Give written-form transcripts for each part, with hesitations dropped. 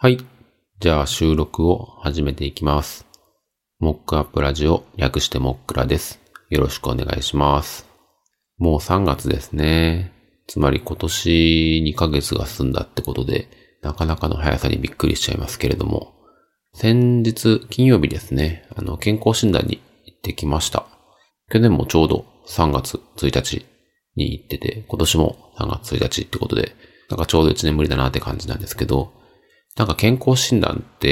はい。じゃあ収録を始めていきます。モックアップラジオ、略してモックラです。よろしくお願いします。もう3月ですね。つまり今年2ヶ月が済んだってことで、なかなかの速さにびっくりしちゃいますけれども、先日金曜日ですね、健康診断に行ってきました。去年もちょうど3月1日に行ってて、今年も3月1日ってことで、なんかちょうど1年ぶりだなって感じなんですけど、なんか健康診断って、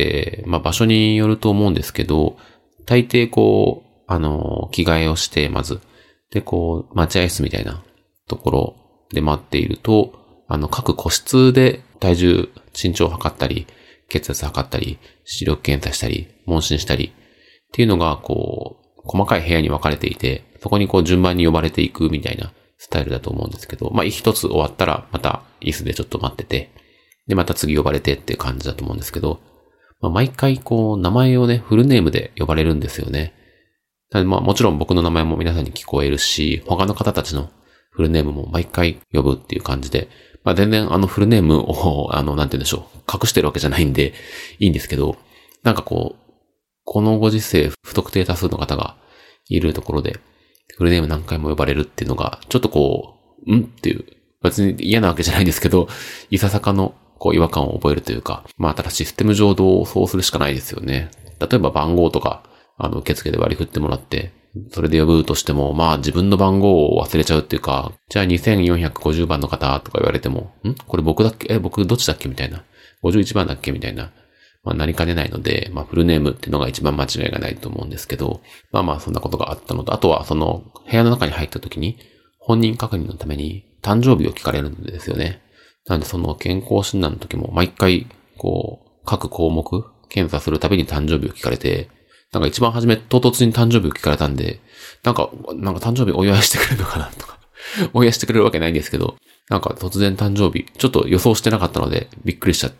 場所によると思うんですけど、大抵着替えをして、まず。で、待合室みたいなところで待っていると、各個室で体重、身長を測ったり、血圧測ったり、視力検査したり、問診したり、っていうのが、細かい部屋に分かれていて、そこに順番に呼ばれていくみたいなスタイルだと思うんですけど、一つ終わったら、また椅子でちょっと待ってて、で、また次呼ばれてっていう感じだと思うんですけど、毎回名前をね、フルネームで呼ばれるんですよね。なのでもちろん僕の名前も皆さんに聞こえるし、他の方たちのフルネームも毎回呼ぶっていう感じで、全然フルネームを、なんて言うんでしょう、隠してるわけじゃないんで、いいんですけど、なんかこのご時世、不特定多数の方がいるところで、フルネーム何回も呼ばれるっていうのが、ちょっとっていう、別に嫌なわけじゃないんですけど、いささかの違和感を覚えるというか、ただシステム上そうするしかないですよね。例えば番号とか、受付で割り振ってもらって、それで呼ぶとしても、自分の番号を忘れちゃうっていうか、じゃあ2450番の方とか言われても、これ僕だっけ？僕どっちだっけみたいな。51番だっけみたいな。なりかねないので、フルネームっていうのが一番間違いがないと思うんですけど、そんなことがあったのと、あとは部屋の中に入った時に、本人確認のために誕生日を聞かれるんですよね。なんで健康診断の時も毎回、各項目検査するたびに誕生日を聞かれて、なんか一番初め唐突に誕生日を聞かれたんで、なんか誕生日お祝いしてくれるのかなとか、お祝いしてくれるわけないんですけど、なんか突然誕生日、ちょっと予想してなかったのでびっくりしちゃって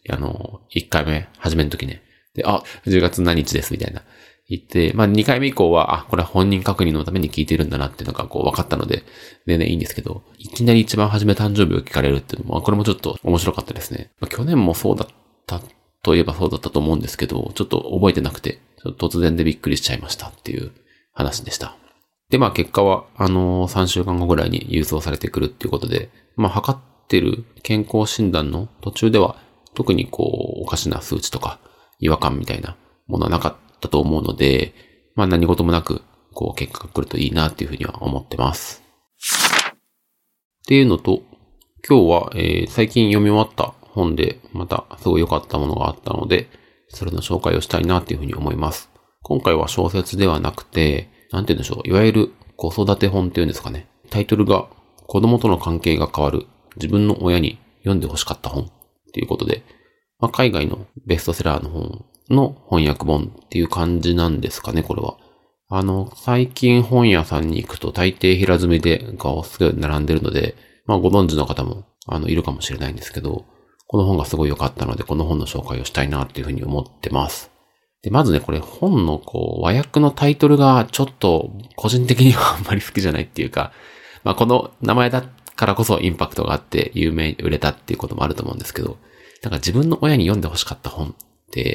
、1回目、初めの時ね。で、10月何日ですみたいな。言って、2回目以降は、これは本人確認のために聞いてるんだなっていうのが分かったので、全然いいんですけど、いきなり一番初め誕生日を聞かれるっていうのも、これもちょっと面白かったですね。去年もそうだったといえばそうだったと思うんですけど、ちょっと覚えてなくて、突然でびっくりしちゃいましたっていう話でした。で、結果は、3週間後ぐらいに郵送されてくるっていうことで、測ってる健康診断の途中では、特におかしな数値とか違和感みたいなものはなかったと思うので、何事もなく結果が来るといいなっていうふうには思ってます。っていうのと、今日は、最近読み終わった本でまたすごい良かったものがあったので、それの紹介をしたいなっていうふうに思います。今回は小説ではなくて、なんて言うんでしょう、いわゆる子育て本っていうんですかね。タイトルが子供との関係が変わる自分の親に読んで欲しかった本っていうことで、海外のベストセラーの本の翻訳本っていう感じなんですかね、これは。最近本屋さんに行くと大抵平積みですごい並んでるので、ご存知の方もいるかもしれないんですけど、この本がすごい良かったので、この本の紹介をしたいなっていうふうに思ってます。で、まずね、これ本の和訳のタイトルがちょっと個人的にはあんまり好きじゃないっていうか、この名前だからこそインパクトがあって売れたっていうこともあると思うんですけど、なんか自分の親に読んで欲しかった本って、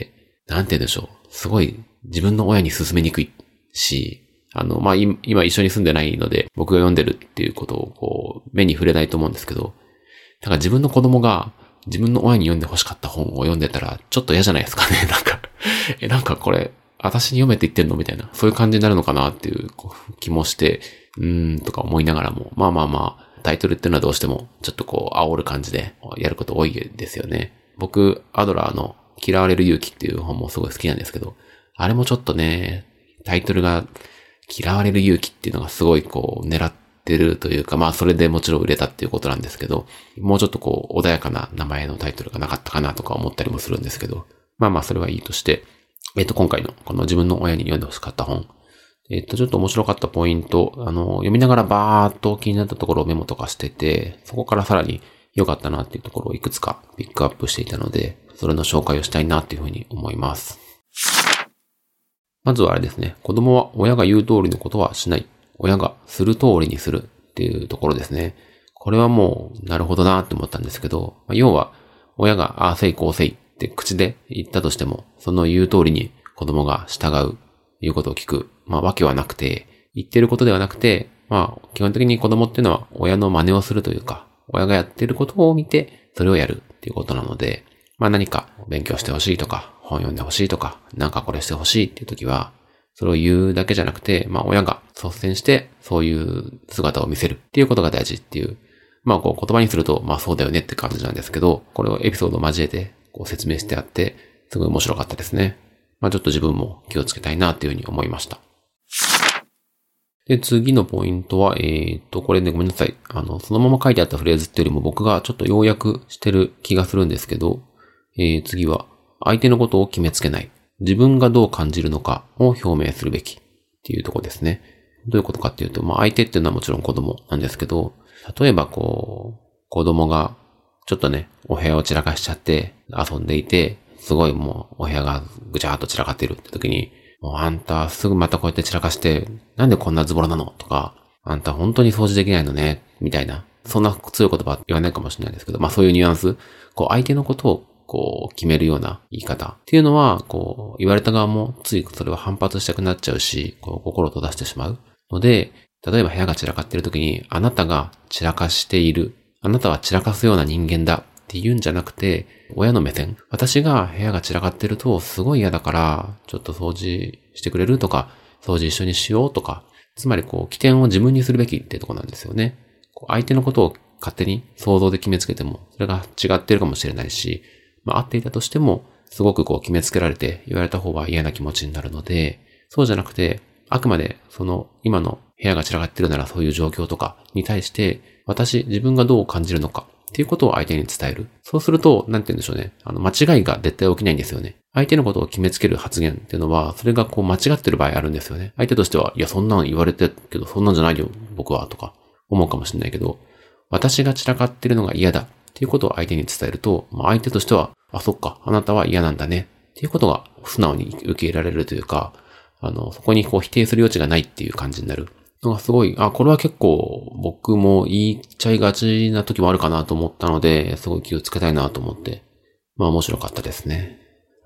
なんて言うんでしょう。すごい自分の親に勧めにくいし、今一緒に住んでないので、僕が読んでるっていうことを目に触れないと思うんですけど、なんか自分の子供が自分の親に読んで欲しかった本を読んでたら、ちょっと嫌じゃないですかね。なんかこれ、私に読めって言ってんのみたいな、そういう感じになるのかなっていう気もして、とか思いながらも、タイトルっていうのはどうしても、ちょっと煽る感じでやること多いですよね。僕、アドラーの嫌われる勇気っていう本もすごい好きなんですけど、あれもちょっとね、タイトルが嫌われる勇気っていうのがすごい狙ってるというか、それでもちろん売れたっていうことなんですけど、もうちょっと穏やかな名前のタイトルがなかったかなとか思ったりもするんですけど、それはいいとして、今回のこの自分の親に読んで欲しかった本、ちょっと面白かったポイント、読みながらバーっと気になったところをメモとかしてて、そこからさらに良かったなっていうところをいくつかピックアップしていたので、それの紹介をしたいなっていうふうに思います。まずはあれですね、子供は親が言う通りのことはしない。親がする通りにするっていうところですね。これはもうなるほどなって思ったんですけど、要は親がああせいこうせいっって口で言ったとしても、その言う通りに子供が従う、言うことを聞く、わけはなくて、言ってることではなくて、基本的に子供っていうのは親の真似をするというか、親がやってることを見て、それをやるっていうことなので、何か勉強してほしいとか、本読んでほしいとか、なんかこれしてほしいっていう時は、それを言うだけじゃなくて、親が率先してそういう姿を見せるっていうことが大事っていう、言葉にすると、そうだよねって感じなんですけど、これをエピソードを交えて説明してあって、すごい面白かったですね。ちょっと自分も気をつけたいなっていうふうに思いました。で、次のポイントは、これね、ごめんなさい。そのまま書いてあったフレーズっていうよりも僕がちょっと要約してる気がするんですけど、次は、相手のことを決めつけない。自分がどう感じるのかを表明するべきっていうところですね。どういうことかっていうと、相手っていうのはもちろん子供なんですけど、例えば子供がちょっとね、お部屋を散らかしちゃって遊んでいて、すごいもうお部屋がぐちゃーっと散らかってるって時に、もうあんたすぐまたこうやって散らかして、なんでこんなズボラなのとか、あんた本当に掃除できないのねみたいな、そんな強い言葉言わないかもしれないですけど、そういうニュアンス、相手のことを決めるような言い方っていうのは、言われた側もついそれは反発したくなっちゃうし、心を閉ざしてしまうので、例えば部屋が散らかっている時に、あなたが散らかしている、あなたは散らかすような人間だって言うんじゃなくて、親の目線、私が部屋が散らかってるとすごい嫌だから、ちょっと掃除してくれるとか、掃除一緒にしようとか、つまり起点を自分にするべきっていうところなんですよね。相手のことを勝手に想像で決めつけても、それが違ってるかもしれないし、合っていたとしても、すごく決めつけられて言われた方は嫌な気持ちになるので、そうじゃなくて、あくまで今の部屋が散らかってるならそういう状況とかに対して、自分がどう感じるのかっていうことを相手に伝える。そうすると、なんて言うんでしょうね。間違いが絶対起きないんですよね。相手のことを決めつける発言っていうのは、それが間違ってる場合あるんですよね。相手としては、いや、そんなの言われてるけど、そんなんじゃないよ、僕は、とか思うかもしれないけど、私が散らかってるのが嫌だっていうことを相手に伝えると、相手としては、そっか、あなたは嫌なんだねっていうことが素直に受け入れられるというか、そこに否定する余地がないっていう感じになるのがすごい、これは結構僕も言っちゃいがちな時もあるかなと思ったので、すごい気をつけたいなと思って、面白かったですね。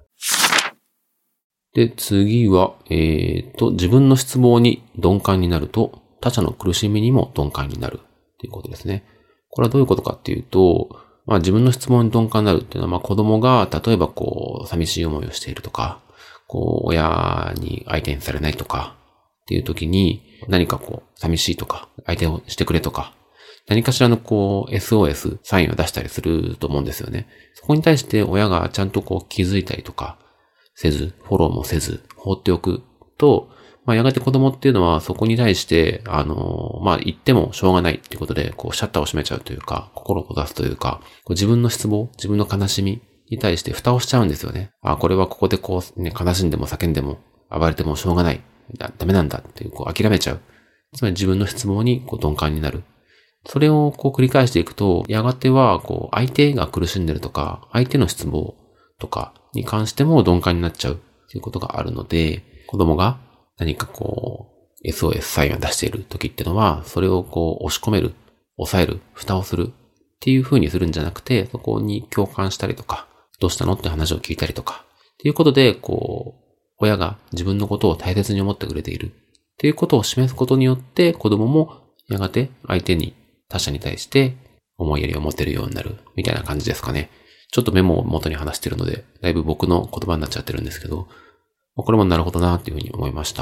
で、次は、自分の失望に鈍感になると、他者の苦しみにも鈍感になるっていうことですね。これはどういうことかっていうと、自分の質問に鈍感になるっていうのは、子供が例えば寂しい思いをしているとか、親に相手にされないとかっていう時に、何か寂しいとか、相手をしてくれとか、何かしらのSOS サインを出したりすると思うんですよね。そこに対して親がちゃんと気づいたりとかせず、フォローもせず、放っておくと、やがて子供っていうのはそこに対して、言ってもしょうがないっていうことで、シャッターを閉めちゃうというか、心を閉ざすというか、自分の失望、自分の悲しみに対して蓋をしちゃうんですよね。これはここで悲しんでも叫んでも暴れてもしょうがない。ダメなんだっていう諦めちゃう。つまり自分の失望に鈍感になる。それを繰り返していくと、やがては相手が苦しんでるとか、相手の失望とかに関しても鈍感になっちゃうということがあるので、子供が何かSOS サインを出している時っていうのは、それを押し込める、抑える、蓋をするっていう風にするんじゃなくて、そこに共感したりとか、どうしたのって話を聞いたりとか、っていうことで、親が自分のことを大切に思ってくれているっていうことを示すことによって、子供もやがて他者に対して思いやりを持てるようになるみたいな感じですかね。ちょっとメモを元に話しているので、だいぶ僕の言葉になっちゃってるんですけど、これもなるほどなっていうふうに思いました。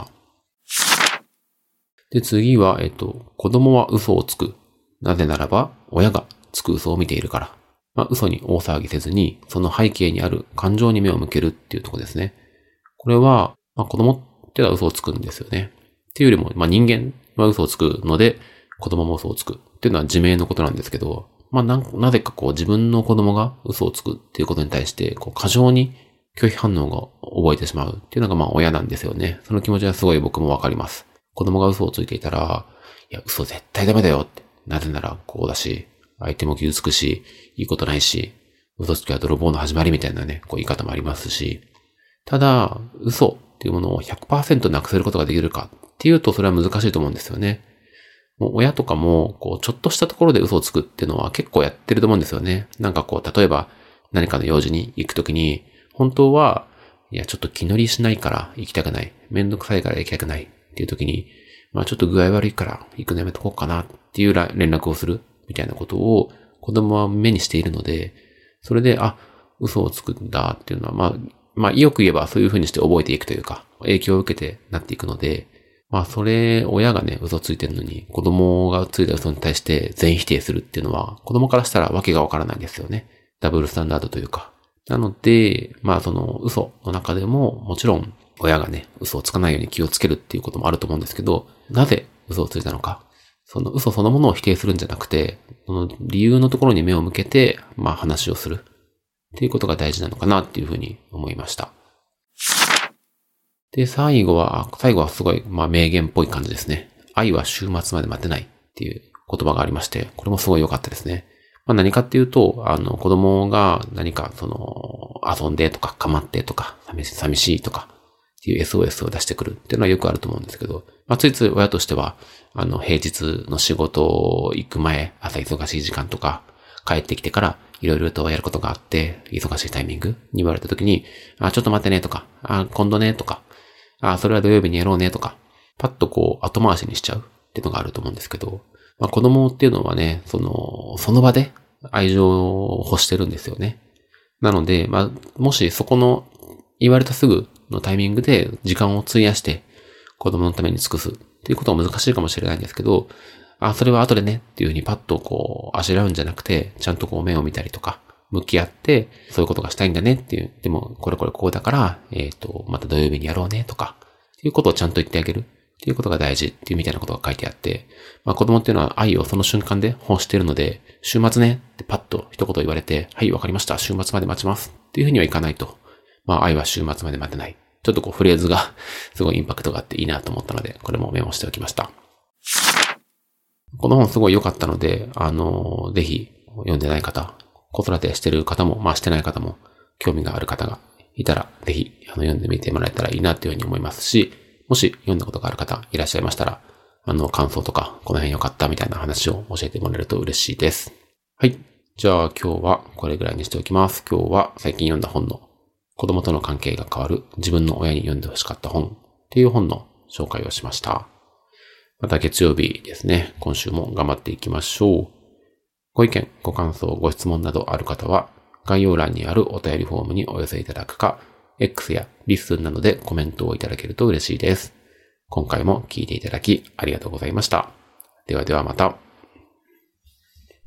で、次は、子供は嘘をつく。なぜならば、親がつく嘘を見ているから。嘘に大騒ぎせずに、その背景にある感情に目を向けるっていうところですね。これは、子供ってのは嘘をつくんですよね。っていうよりも、人間は嘘をつくので、子供も嘘をつくっていうのは自明のことなんですけど、なぜか自分の子供が嘘をつくっていうことに対して、過剰に拒否反応が覚えてしまうっていうのが親なんですよね。その気持ちはすごい僕もわかります。子供が嘘をついていたら、いや、嘘絶対ダメだよって。なぜならこうだし、相手も傷つくし、いいことないし、嘘つきは泥棒の始まりみたいなね、言い方もありますし、ただ、嘘っていうものを 100% なくせることができるかっていうと、それは難しいと思うんですよね。もう親とかも、ちょっとしたところで嘘をつくっていうのは結構やってると思うんですよね。例えば、 何かの用事に行くときに、本当は、いや、ちょっと気乗りしないから行きたくない。めんどくさいから行きたくないっていうときに、ちょっと具合悪いから行くのやめとこうかなっていう連絡をするみたいなことを子供は目にしているので、それで、嘘をつくんだっていうのは、よく言えばそういう風にして覚えていくというか、影響を受けてなっていくので、親がね、嘘ついてるのに、子供がついた嘘に対して全否定するっていうのは、子供からしたらわけがわからないんですよね。ダブルスタンダードというか。なので、その嘘の中でも、もちろん、親がね、嘘をつかないように気をつけるっていうこともあると思うんですけど、なぜ嘘をついたのか。その嘘そのものを否定するんじゃなくて、その理由のところに目を向けて、話をするっていうことが大事なのかなっていうふうに思いました。で、最後はすごい、名言っぽい感じですね。愛は週末まで待てないっていう言葉がありまして、これもすごい良かったですね。何かっていうと、子供が何か、遊んでとか、構ってとか、寂しいとか、っていう SOS を出してくるっていうのはよくあると思うんですけど、ついつい親としては、平日の仕事行く前、朝忙しい時間とか、帰ってきてから、いろいろとやることがあって、忙しいタイミングに言われた時に、ちょっと待ってねとか、今度ねとか、それは土曜日にやろうねとか、パッと後回しにしちゃうっていうのがあると思うんですけど、子供っていうのはね、その場で愛情を欲してるんですよね。なので、もしそこの言われたすぐのタイミングで時間を費やして子供のために尽くすっていうことは難しいかもしれないんですけど、それは後でねっていうふうにパッとあしらうんじゃなくて、ちゃんと目を見たりとか、向き合って、そういうことがしたいんだねっていう、でもこうだから、また土曜日にやろうねとか、っていうことをちゃんと言ってあげるっていうことが大事っていうみたいなことが書いてあって、子供っていうのは愛をその瞬間で欲しているので、週末ねってパッと一言言われて、はい、わかりました、週末まで待ちますっていうふうにはいかないと。愛は週末まで待てない。ちょっとフレーズがすごいインパクトがあっていいなと思ったので、これもメモしておきました。この本すごい良かったので、ぜひ読んでない方、子育てしてる方も、してない方も、興味がある方がいたら、ぜひ読んでみてもらえたらいいなというふうに思いますし、もし読んだことがある方いらっしゃいましたら、感想とか、この辺良かったみたいな話を教えてもらえると嬉しいです。はい。じゃあ今日はこれぐらいにしておきます。今日は最近読んだ本の子供との関係が変わる自分の親に読んでほしかった本っていう本の紹介をしました。また月曜日ですね。今週も頑張っていきましょう。ご意見、ご感想、ご質問などある方は概要欄にあるお便りフォームにお寄せいただくか、X やリッスンなどでコメントをいただけると嬉しいです。今回も聞いていただきありがとうございました。ではではまた。